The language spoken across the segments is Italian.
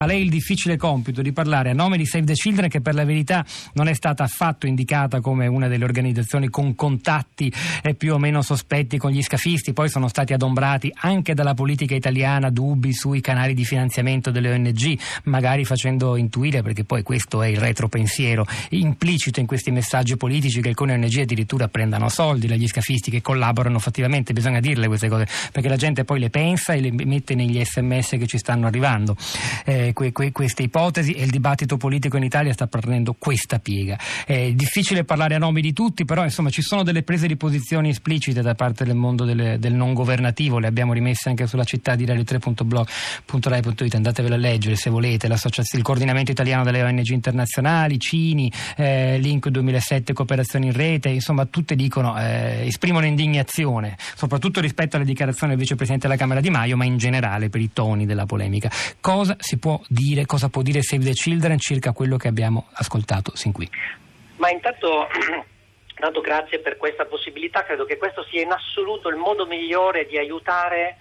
A lei il difficile compito di parlare a nome di Save the Children, che per la verità non è stata affatto indicata come una delle organizzazioni con contatti più o meno sospetti con gli scafisti. Poi sono stati adombrati anche dalla politica italiana dubbi sui canali di finanziamento delle ONG, magari facendo intuire, perché poi questo è il retropensiero implicito in questi messaggi politici, che alcune ONG addirittura prendano soldi dagli scafisti che collaborano fattivamente. Bisogna dirle queste cose, perché la gente poi le pensa e le mette negli SMS che ci stanno arrivando. Queste ipotesi, e il dibattito politico in Italia sta prendendo questa piega. È difficile parlare a nome di tutti, però insomma ci sono delle prese di posizioni esplicite da parte del mondo del non governativo. Le abbiamo rimesse anche sulla città di radio3.blog.rai.it, andatevelo a leggere se volete. Il coordinamento italiano delle ONG internazionali, CINI, Link 2007, Cooperazione in Rete, insomma tutte dicono, esprimono indignazione soprattutto rispetto alle dichiarazioni del vicepresidente della Camera Di Maio, ma in generale per i toni della polemica. Cosa può dire Save the Children circa quello che abbiamo ascoltato sin qui? Ma intanto grazie per questa possibilità. Credo che questo sia in assoluto il modo migliore di aiutare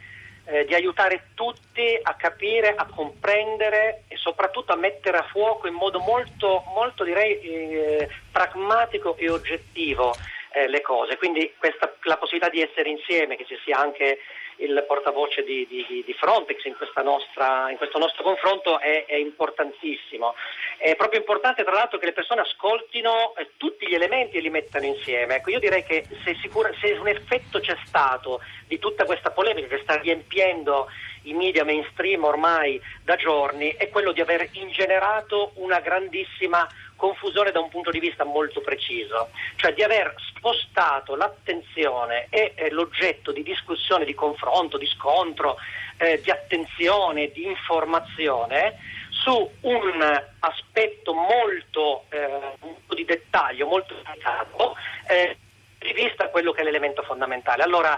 tutti a capire, a comprendere e soprattutto a mettere a fuoco in modo molto, molto direi pragmatico e oggettivo le cose. Quindi la possibilità di essere insieme, che ci sia anche il portavoce di Frontex in questo nostro confronto è importantissimo. È proprio importante tra l'altro che le persone ascoltino tutti gli elementi e li mettano insieme. Ecco, io direi che se un effetto c'è stato di tutta questa polemica che sta riempiendo i media mainstream ormai da giorni, è quello di aver ingenerato una grandissima confusione da un punto di vista molto preciso, cioè di aver spostato l'attenzione e l'oggetto di discussione, di confronto, di scontro, di attenzione, di informazione su un aspetto molto di dettaglio, molto delicato, di vista quello che è l'elemento fondamentale. Allora,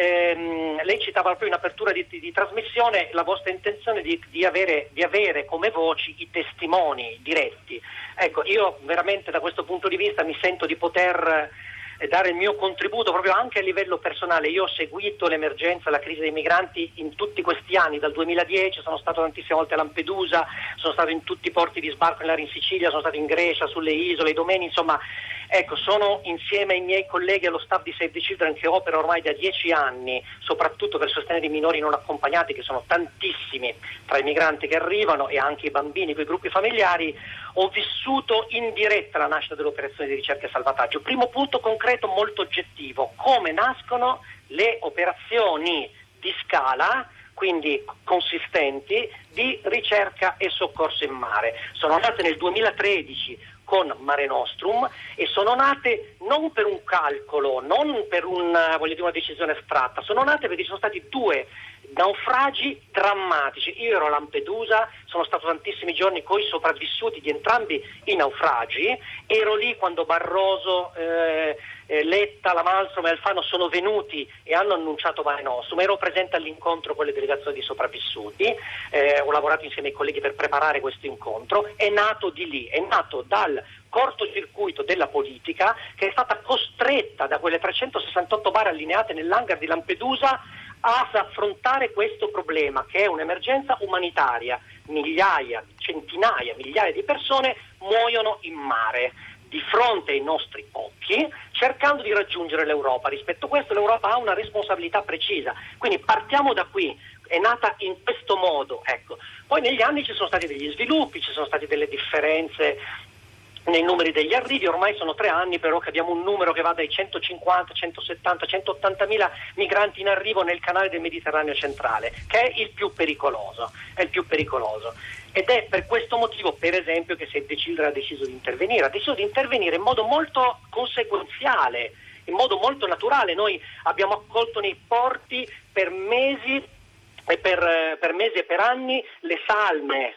lei citava proprio in apertura di trasmissione la vostra intenzione di avere come voci i testimoni diretti. Ecco, io veramente da questo punto di vista mi sento di poter dare il mio contributo proprio anche a livello personale. Io ho seguito l'emergenza, la crisi dei migranti in tutti questi anni, dal 2010, sono stato tantissime volte a Lampedusa, sono stato in tutti i porti di sbarco in Sicilia, sono stato in Grecia, sulle isole, i domeni, insomma, ecco, sono insieme ai miei colleghi allo staff di Save the Children, che opera ormai da 10 anni, soprattutto per sostenere i minori non accompagnati, che sono tantissimi tra i migranti che arrivano e anche i bambini con i gruppi familiari. Ho vissuto in diretta la nascita dell'operazione di ricerca e salvataggio. Primo punto concreto molto oggettivo: come nascono le operazioni di scala, quindi consistenti, di ricerca e soccorso in mare. Sono nate nel 2013 con Mare Nostrum e sono nate non per un calcolo, non per una decisione astratta, sono nate perché ci sono stati 2 naufragi drammatici. Io ero a Lampedusa, sono stato tantissimi giorni con i sopravvissuti di entrambi i naufragi, ero lì quando Barroso, Letta, la Malmström e Alfano sono venuti e hanno annunciato Mare Nostrum. Ero presente all'incontro con le delegazioni di sopravvissuti, ho lavorato insieme ai colleghi per preparare questo incontro. È nato di lì, è nato dal cortocircuito della politica, che è stata costretta da quelle 368 bare allineate nell'hangar di Lampedusa a affrontare questo problema, che è un'emergenza umanitaria. Migliaia, centinaia, migliaia di persone muoiono in mare di fronte ai nostri occhi, cercando di raggiungere l'Europa. Rispetto a questo l'Europa ha una responsabilità precisa, quindi partiamo da qui. È nata in questo modo, ecco. Poi negli anni ci sono stati degli sviluppi, ci sono state delle differenze nei numeri degli arrivi. Ormai sono 3 anni però che abbiamo un numero che va dai 150, 170, 180 mila migranti in arrivo nel canale del Mediterraneo centrale, che è il più pericoloso, ed è per questo motivo, per esempio, che Save the Children ha deciso di intervenire in modo molto conseguenziale, in modo molto naturale. Noi abbiamo accolto nei porti per mesi e per anni le salme,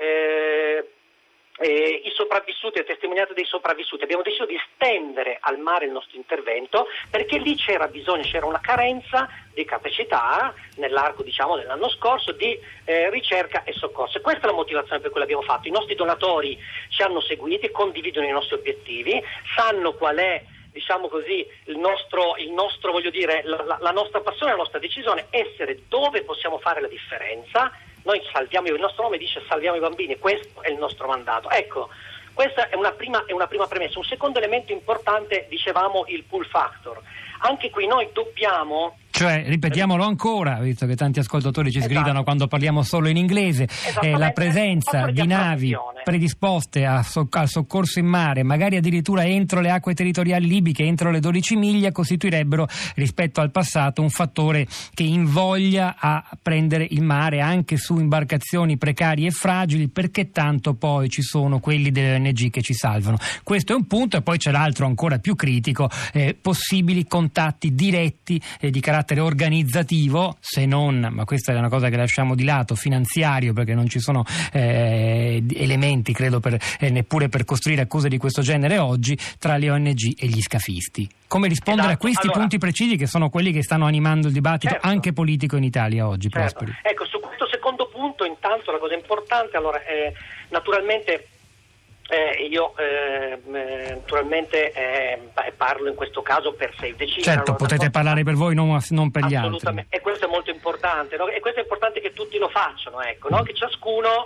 i sopravvissuti, le testimonianze dei sopravvissuti. Abbiamo deciso di estendere al mare il nostro intervento perché lì c'era una carenza di capacità nell'arco dell'anno scorso di ricerca e soccorso. E questa è la motivazione per cui l'abbiamo fatto. I nostri donatori ci hanno seguiti, condividono i nostri obiettivi, sanno qual è il nostro la nostra passione, la nostra decisione: essere dove possiamo fare la differenza, Noi salviamo, il nostro nome dice salviamo i bambini, questo è il nostro mandato. Ecco, questa è una prima premessa. Un secondo elemento importante, dicevamo, il pull factor. Anche qui noi dobbiamo... Cioè, ripetiamolo ancora, visto che tanti ascoltatori ci sgridano quando parliamo solo in inglese, la presenza di navi predisposte al soccorso in mare, magari addirittura entro le acque territoriali libiche, entro le 12 miglia, costituirebbe rispetto al passato un fattore che invoglia a prendere il mare anche su imbarcazioni precarie e fragili, perché tanto poi ci sono quelli delle ONG che ci salvano. Questo è un punto, e poi c'è l'altro ancora più critico, possibili contatti diretti di carattere organizzativo, se non, ma questa è una cosa che lasciamo di lato, finanziario, perché non ci sono elementi, credo, neppure per costruire accuse di questo genere oggi, tra le ONG e gli scafisti. Come rispondere a questi punti precisi, che sono quelli che stanno animando il dibattito anche politico in Italia oggi, Prosperi? Ecco, su questo secondo punto, intanto la cosa importante, naturalmente io naturalmente parlo in questo caso per Save the Children. Certo, potete parlare per voi, non per gli altri. E questo è molto importante, no? E questo è importante che tutti lo facciano, ecco, no? Che ciascuno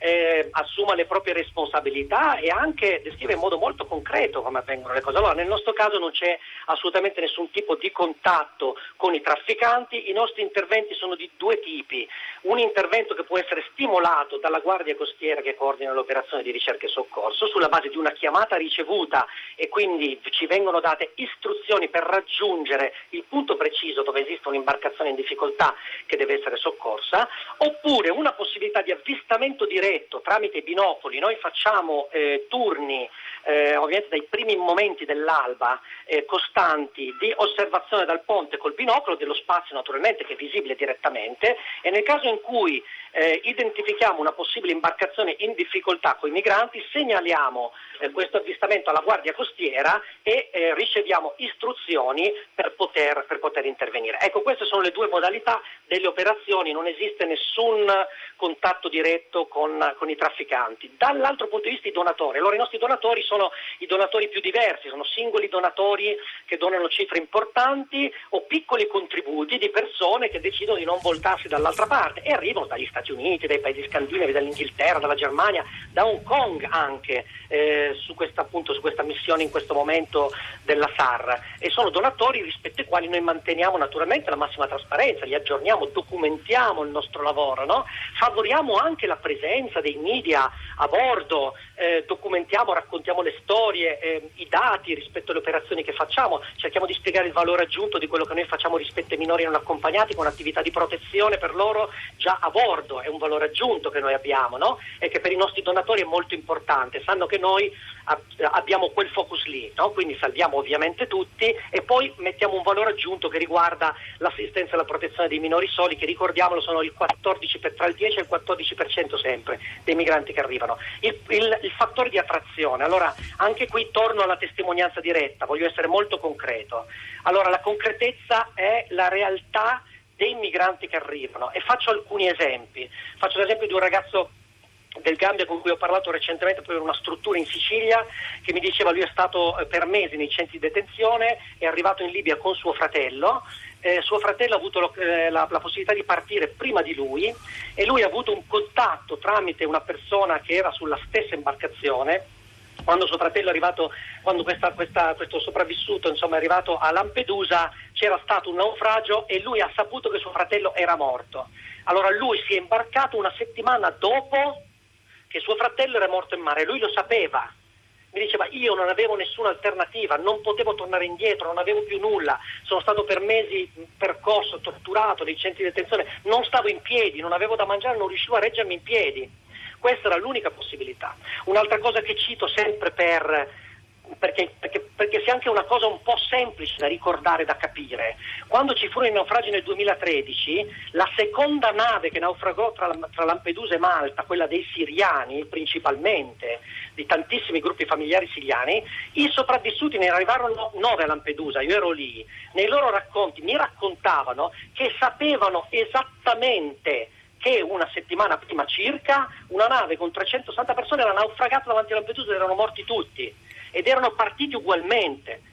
assuma le proprie responsabilità e anche descrive in modo molto concreto come avvengono le cose. Allora, nel nostro caso non c'è assolutamente nessun tipo di contatto con i trafficanti. I nostri interventi sono di due tipi: un intervento che può essere stimolato dalla Guardia Costiera, che coordina l'operazione di ricerca e soccorso, sulla base di una chiamata ricevuta, e quindi ci vengono date istruzioni per raggiungere il punto preciso dove esiste un'imbarcazione in difficoltà che deve essere soccorsa, oppure una possibilità di avvistamento diretto tramite i binocoli. Noi facciamo turni ovviamente dai primi momenti dell'alba costanti di osservazione dal ponte col binocolo dello spazio, naturalmente, che è visibile direttamente, e nel caso in cui identifichiamo una possibile imbarcazione in difficoltà con i migranti, segnaliamo questo avvistamento alla Guardia Costiera e riceviamo istruzioni per poter intervenire. Ecco, queste sono le due modalità delle operazioni, non esiste nessun contatto diretto con i trafficanti. Dall'altro punto di vista, i donatori. Allora, i nostri donatori sono i donatori più diversi, sono singoli donatori che donano cifre importanti o piccoli contributi di persone che decidono di non voltarsi dall'altra parte e arrivano dagli Stati Uniti, dai paesi scandinavi, dall'Inghilterra, dalla Germania, da Hong Kong anche, su questa missione in questo momento della SAR, e sono donatori rispetto ai quali noi manteniamo naturalmente la massima trasparenza, li aggiorniamo, documentiamo il nostro lavoro, no? Favoriamo anche la presenza dei media a bordo, documentiamo, raccontiamo le storie, i dati rispetto alle operazioni che facciamo, cerchiamo di spiegare il valore aggiunto di quello che noi facciamo rispetto ai minori non accompagnati, con attività di protezione per loro già a bordo. È un valore aggiunto che noi abbiamo, no? E che per i nostri donatori è molto importante, sanno che noi abbiamo quel focus lì, no? Quindi salviamo ovviamente tutti e poi mettiamo un valore aggiunto che riguarda l'assistenza e la protezione dei minori soli, che, ricordiamolo, sono tra il 10 e il 14% sempre dei migranti che arrivano. Il fattore di attrazione, allora anche qui torno alla testimonianza diretta, voglio essere molto concreto. Allora, la concretezza è la realtà dei migranti che arrivano, e faccio alcuni esempi. Faccio l'esempio di un ragazzo del Gambia con cui ho parlato recentemente per una struttura in Sicilia, che mi diceva lui è stato per mesi nei centri di detenzione, è arrivato in Libia con suo fratello. Suo fratello ha avuto la possibilità di partire prima di lui, e lui ha avuto un contatto tramite una persona che era sulla stessa imbarcazione. Quando suo fratello è arrivato, quando questo sopravvissuto è arrivato a Lampedusa, c'era stato un naufragio e lui ha saputo che suo fratello era morto. Allora lui si è imbarcato una settimana dopo che suo fratello era morto in mare, lui lo sapeva. Mi diceva: io non avevo nessuna alternativa, non potevo tornare indietro, non avevo più nulla, sono stato per mesi percorso, torturato nei centri di detenzione, non stavo in piedi, non avevo da mangiare, non riuscivo a reggermi in piedi. Questa era l'unica possibilità. Un'altra cosa che cito sempre perché sia anche una cosa un po' semplice da ricordare, da capire. Quando ci furono i naufragi nel 2013, la seconda nave che naufragò tra Lampedusa e Malta, quella dei siriani principalmente, di tantissimi gruppi familiari siriani, i sopravvissuti ne arrivarono 9 a Lampedusa, io ero lì. Nei loro racconti mi raccontavano che sapevano esattamente che una settimana prima circa una nave con 360 persone era naufragata davanti a Lampedusa ed erano morti tutti, ed erano partiti ugualmente.